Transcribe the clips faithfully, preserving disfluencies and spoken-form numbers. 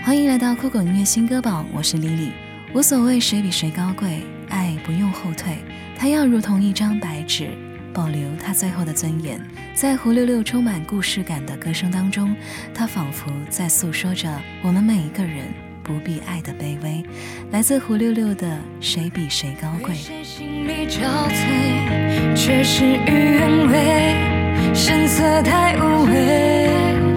欢迎来到酷狗音乐新歌榜，我是 Lily。 无所谓谁比谁高贵，爱不用后退，它要如同一张白纸，保留它最后的尊严。在胡六六充满故事感的歌声当中，它仿佛在诉说着我们每一个人不必爱的卑微。来自胡六六的谁比谁高贵。 谁心里憔悴，却事与愿违，神色太无味，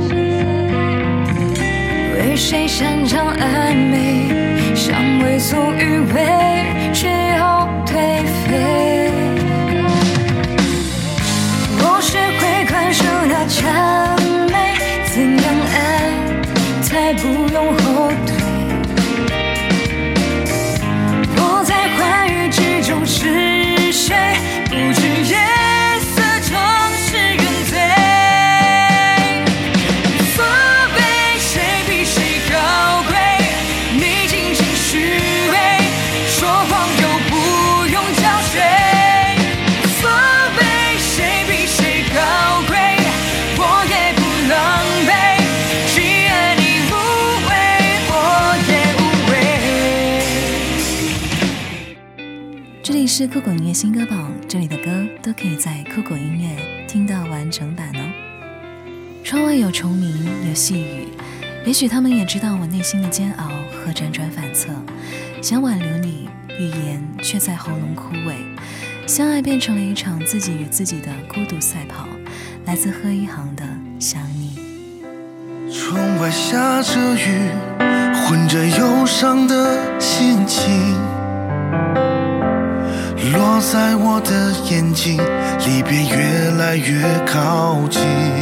为谁擅长暧昧，想为所欲为，却又颓废。我学会宽恕那谄媚，怎样爱才不用后退？我在欢愉之中是谁？不知夜色中是原罪。无所谓谁比谁高贵，你尽情虚伪，说谎又不用交税。无所谓谁比谁高贵，我也不狼狈，只爱你无畏，我也无畏。 这里是酷狗音乐新歌榜，这里的歌都可以在酷狗音乐听到完整版哦。窗外有虫鸣，有细雨，也许他们也知道我内心的煎熬和辗转反侧，想挽留你，语言却在喉咙枯萎。相爱变成了一场自己与自己的孤独赛跑。来自贺一航的想你。 窗外下着雨，混着忧伤的心情，落在我的眼睛，离别越来越靠近。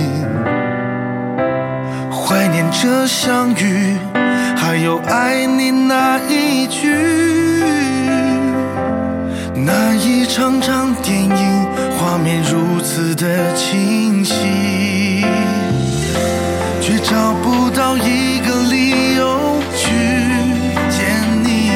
怀念着相遇，还有爱你那一句，那一场场电影，画面如此的清晰，却找不到一个理由去见你。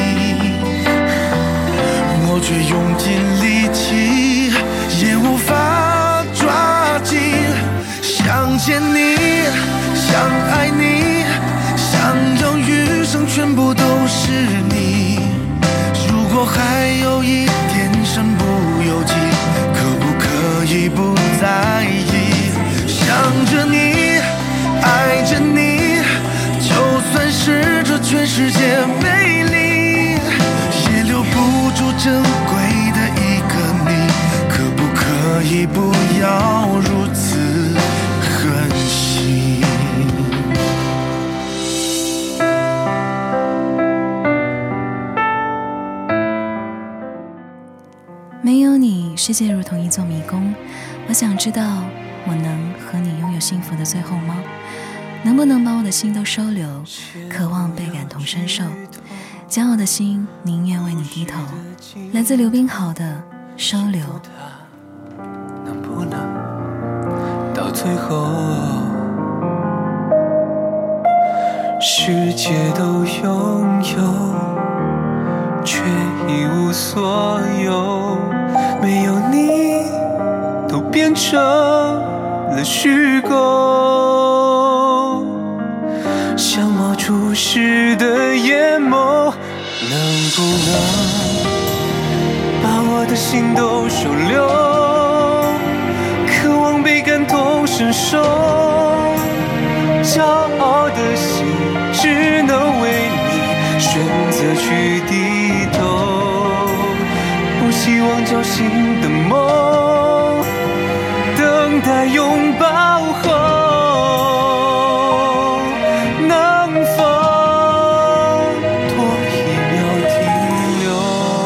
我却用尽力气，也无法抓紧。想见你，想爱你，想要余生全部都是你。如果还有一点身不由己，可不可以不在意？想着你，爱着你，就算是这全世界美丽，也留不住珍贵的一个你。可不可以不要如此狠心？ 没有你，世界如同一座迷宫。我想知道，我能和你拥有幸福的最后吗？能不能把我的心都收留？渴望被感同身受，将我的心宁愿为你低头。来自刘冰豪的收留。 能不能到最后，世界都拥有，却一无所有。没有你，都变成了虚构。像冒出时的眼眸，能不能把我的心都收留？渴望被感同身受，骄傲的心只能为你选择去低头。不希望侥幸的梦，等待拥抱后，能否多一秒停留？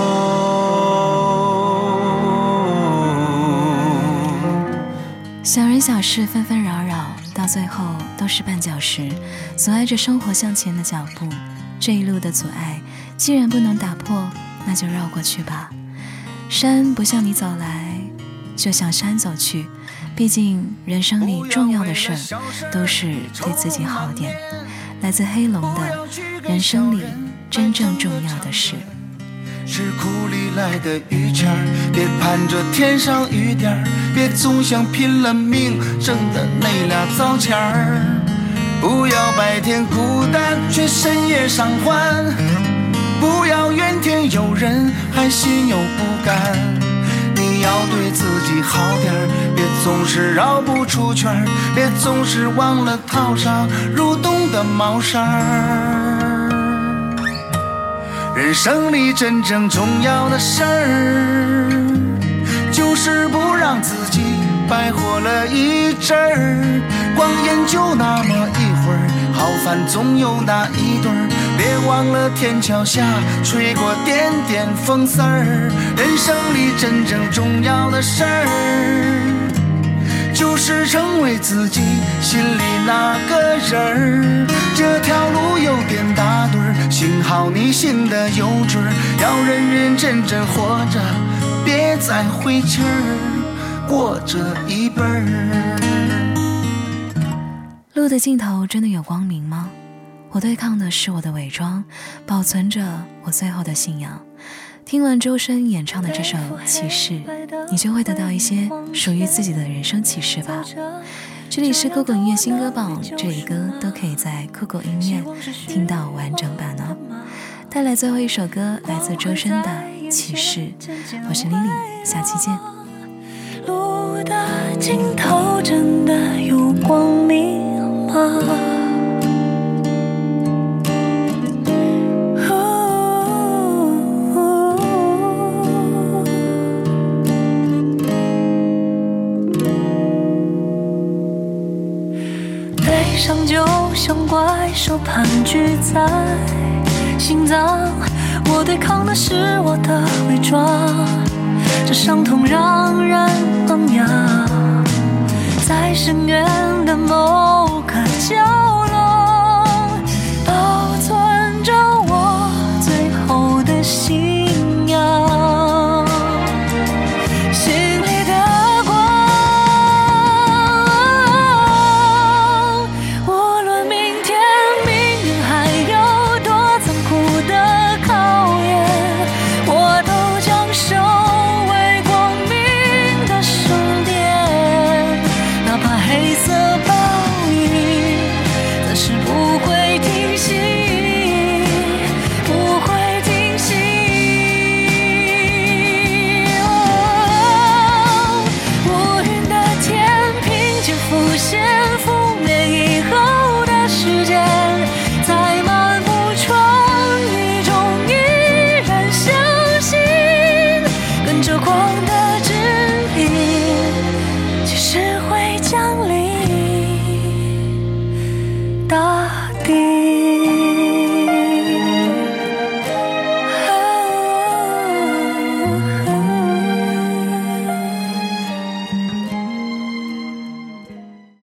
小人小事纷纷扰扰，到最后都是绊脚石，阻碍着生活向前的脚步。这一路的阻碍，既然不能打破，那就绕过去吧。山不向你走来，就向山走去。毕竟人生里重要的事儿，都是对自己好点。来自黑龙的人生里真正重要的事。 是苦里来的雨签儿，别盼着天上雨点儿，别总想拼了命挣的那俩糟钱儿。 不要白天孤单却深夜伤欢，不要怨天尤人还心有不甘。你要对自己好点儿，别总是绕不出圈儿，别总是忘了套上入冬的帽衫儿。人生里真正重要的事儿，就是不让自己白活了一阵儿。光阴就那么一会儿，好饭总有那一顿儿，别忘了天桥下吹过点点风丝儿。人生里真正重要的事儿，就是成为自己心里那个人儿。这条路有点大堆儿，幸好你行得有准儿，要认认真真活着，别再回气儿，过这一辈儿。 路的尽头真的有光明吗？我对抗的是我的伪装，保存着我最后的信仰。听完周深演唱的这首《启示》，你就会得到一些属于自己的人生启示吧。这里是酷狗音乐新歌榜，这里歌都可以在酷狗音乐听到完整版哦。带来最后一首歌，来自周深的《启示》。我是 Lily， 下期见。 路的尽头真的有光明吗？悲伤就像怪兽盘踞在心脏，我对抗的是我的伪装，这伤痛让人萌芽，在深渊的某个角落，保存着我最后的信仰，心里的光，无论明天命运还有多残酷的考验，我都将守卫光明的圣殿，哪怕黑色暴雨暂时不会停息，不会停息。哦，乌云的天平间浮现覆灭以后的时间，在漫步创意中依然相信，跟着光的指引，其实会降临大地。